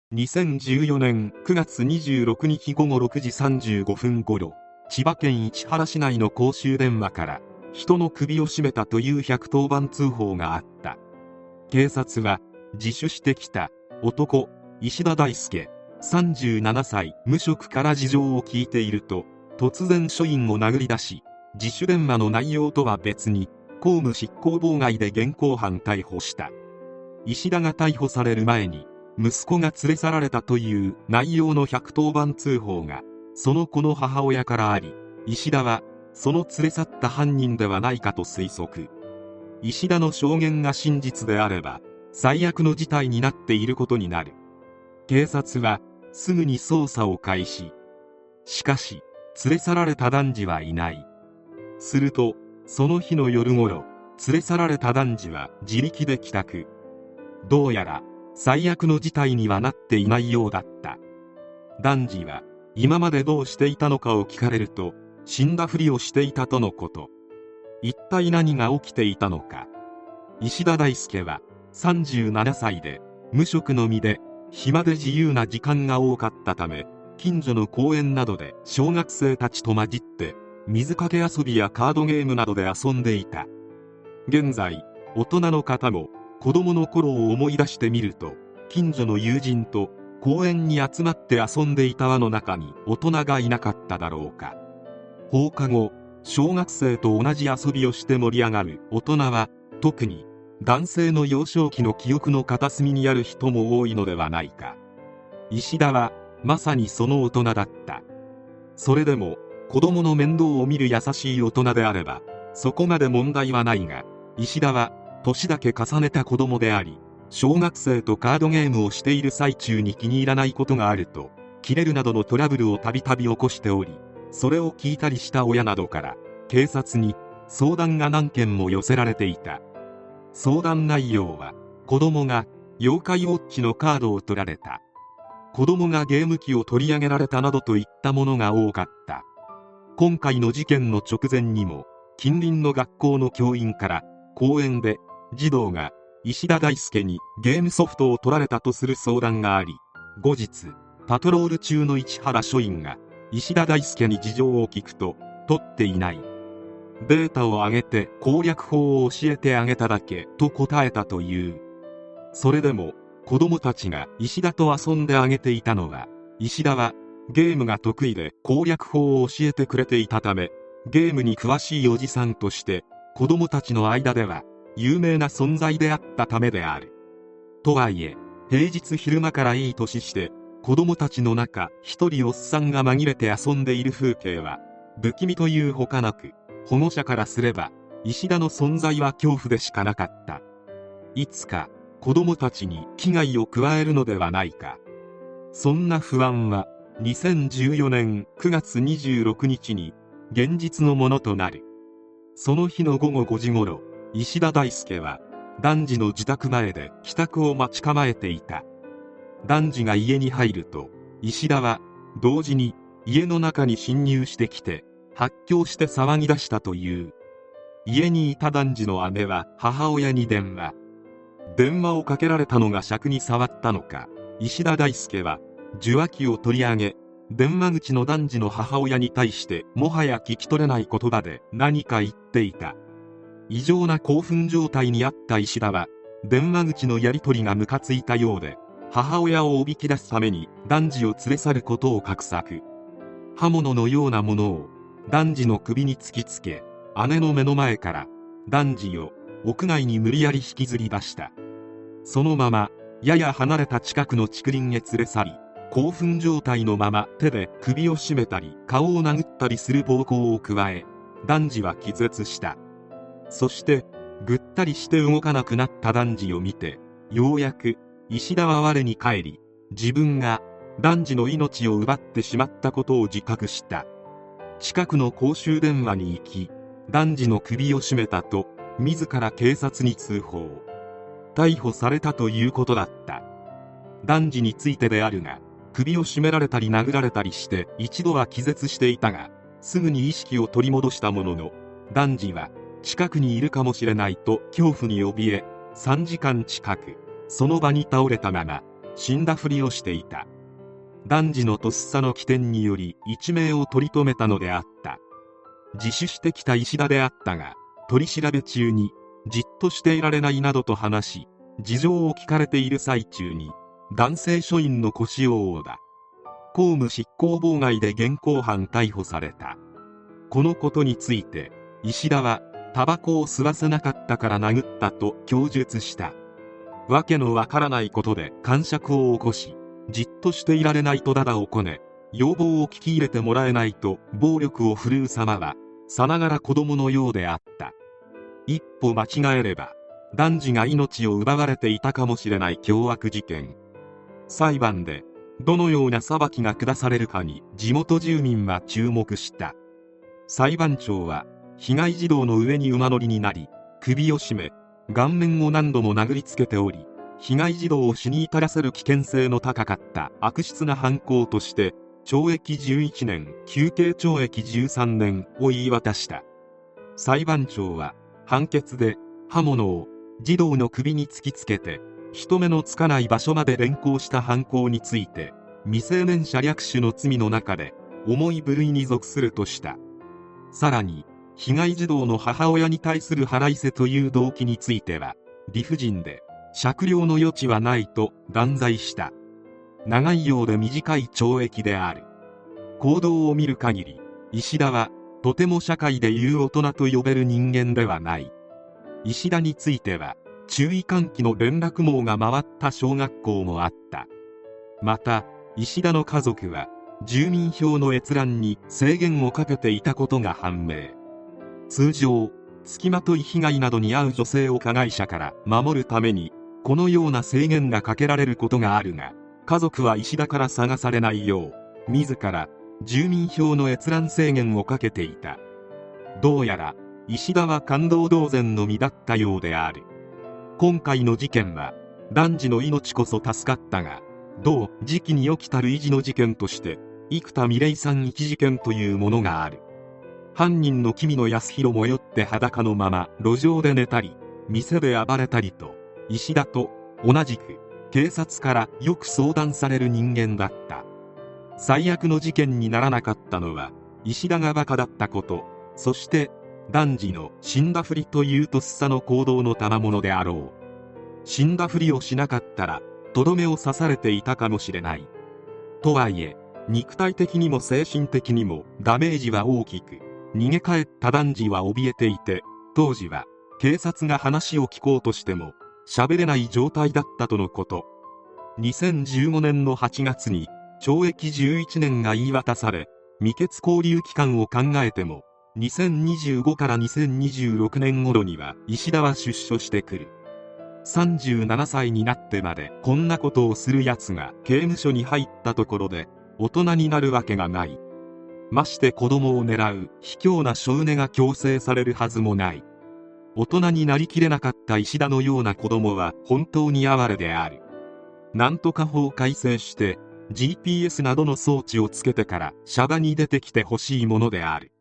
2014年9月26日午後6時35分頃、千葉県市原市内の公衆電話から人の首を絞めたという110番通報があった。警察は自首してきた男石田大輔37歳無職から事情を聞いていると、突然署員を殴り出し、自首電話の内容とは別に公務執行妨害で現行犯逮捕した。石田が逮捕される前に息子が連れ去られたという内容の110番通報がその子の母親からあり、石田はその連れ去った犯人ではないかと推測。石田の証言が真実であれば最悪の事態になっていることになる。警察はすぐに捜査を開始。しかし連れ去られた男児はいない。するとその日の夜頃、連れ去られた男児は自力で帰宅。どうやら最悪の事態にはなっていないようだった。男児は今までどうしていたのかを聞かれると、死んだふりをしていたとのこと。一体何が起きていたのか。石田大輔は37歳で無職の身で、暇で自由な時間が多かったため、近所の公園などで小学生たちと混じって水かけ遊びやカードゲームなどで遊んでいた。現在大人の方も子供の頃を思い出してみると、近所の友人と公園に集まって遊んでいた輪の中に大人がいなかっただろうか。放課後、小学生と同じ遊びをして盛り上がる大人は、特に男性の幼少期の記憶の片隅にある人も多いのではないか。石田はまさにその大人だった。それでも子供の面倒を見る優しい大人であればそこまで問題はないが、石田は年だけ重ねた子供であり、小学生とカードゲームをしている最中に気に入らないことがあるとキレるなどのトラブルをたびたび起こしており、それを聞いたりした親などから警察に相談が何件も寄せられていた。相談内容は、子供が妖怪ウォッチのカードを取られた、子供がゲーム機を取り上げられたなどといったものが多かった。今回の事件の直前にも、近隣の学校の教員から公園で児童が石田大輔にゲームソフトを取られたとする相談があり、後日パトロール中の市原署員が石田大輔に事情を聞くと、取っていない、データを上げて攻略法を教えてあげただけと答えたという。それでも子供たちが石田と遊んであげていたのは、石田はゲームが得意で攻略法を教えてくれていたため、ゲームに詳しいおじさんとして子供たちの間では有名な存在であったためである。とはいえ、平日昼間からいい年して子供たちの中一人おっさんが紛れて遊んでいる風景は不気味というほかなく、保護者からすれば石田の存在は恐怖でしかなかった。いつか子供たちに危害を加えるのではないか。そんな不安は2014年9月26日に現実のものとなる。その日の午後5時ごろ、石田大輔は男児の自宅前で帰宅を待ち構えていた。男児が家に入ると、石田は同時に家の中に侵入してきて発狂して騒ぎ出したという。家にいた男児の姉は母親に電話をかけられたのが癪に障ったのか、石田大輔は受話器を取り上げ、電話口の男児の母親に対してもはや聞き取れない言葉で何か言っていた。異常な興奮状態にあった石田は、電話口のやり取りがムカついたようで、母親をおびき出すために男児を連れ去ることを画策。刃物のようなものを男児の首に突きつけ、姉の目の前から男児を屋外に無理やり引きずり出した。そのままやや離れた近くの竹林へ連れ去り、興奮状態のまま手で首を絞めたり顔を殴ったりする暴行を加え、男児は気絶した。そしてぐったりして動かなくなった男児を見て、ようやく石田は我に返り、自分が男児の命を奪ってしまったことを自覚した。近くの公衆電話に行き、男児の首を絞めたと自ら警察に通報。逮捕されたということだった。男児についてであるが、首を絞められたり殴られたりして一度は気絶していたが、すぐに意識を取り戻したものの、男児は近くにいるかもしれないと恐怖に怯え、3時間近くその場に倒れたまま死んだふりをしていた。男児のとっさの機転により一命を取り留めたのであった。自首してきた石田であったが、取り調べ中にじっとしていられないなどと話し、事情を聞かれている最中に男性署員の腰を殴打、公務執行妨害で現行犯逮捕された。このことについて石田は、タバコを吸わせなかったから殴ったと供述した。わけのわからないことで癇癪を起こし、じっとしていられないとだだをこね、要望を聞き入れてもらえないと暴力を振るう様はさながら子供のようであった。一歩間違えれば男児が命を奪われていたかもしれない凶悪事件。裁判でどのような裁きが下されるかに地元住民は注目した。裁判長は被害児童の上に馬乗りになり、首を絞め顔面を何度も殴りつけており、被害児童を死に至らせる危険性の高かった悪質な犯行として懲役11年求刑懲役13年を言い渡した。裁判長は判決で、刃物を児童の首に突きつけて人目のつかない場所まで連行した犯行について、未成年者略取の罪の中で重い部類に属するとした。さらに被害児童の母親に対する腹いせという動機については理不尽で酌量の余地はないと断罪した。長いようで短い懲役である。行動を見る限り石田はとても社会でいう大人と呼べる人間ではない。石田については注意喚起の連絡網が回った小学校もあった。また石田の家族は住民票の閲覧に制限をかけていたことが判明。通常付きまとい被害などに遭う女性を加害者から守るためにこのような制限がかけられることがあるが、家族は石田から探されないよう自ら住民票の閲覧制限をかけていた。どうやら石田は勘当同然の身だったようである。今回の事件は男児の命こそ助かったが、同時期に起きた類似の事件として生田美玲さん遺棄事件というものがある。犯人の君野康弘も酔って裸のまま路上で寝たり店で暴れたりと、石田と同じく警察からよく相談される人間だった。最悪の事件にならなかったのは石田がバカだったこと、そして男児の死んだふりというとっさの行動の賜物であろう。死んだふりをしなかったらとどめを刺されていたかもしれない。とはいえ肉体的にも精神的にもダメージは大きく、逃げ帰った男児は怯えていて、当時は警察が話を聞こうとしても喋れない状態だったとのこと。2015年の8月に懲役11年が言い渡され、未決勾留期間を考えても2025から2026年頃には石田は出所してくる。37歳になってまでこんなことをするやつが刑務所に入ったところで大人になるわけがない。まして子供を狙う卑怯な性根が強制されるはずもない。大人になりきれなかった石田のような子供は本当に哀れである。なんとか法改正して GPS などの装置をつけてからシャバに出てきてほしいものである。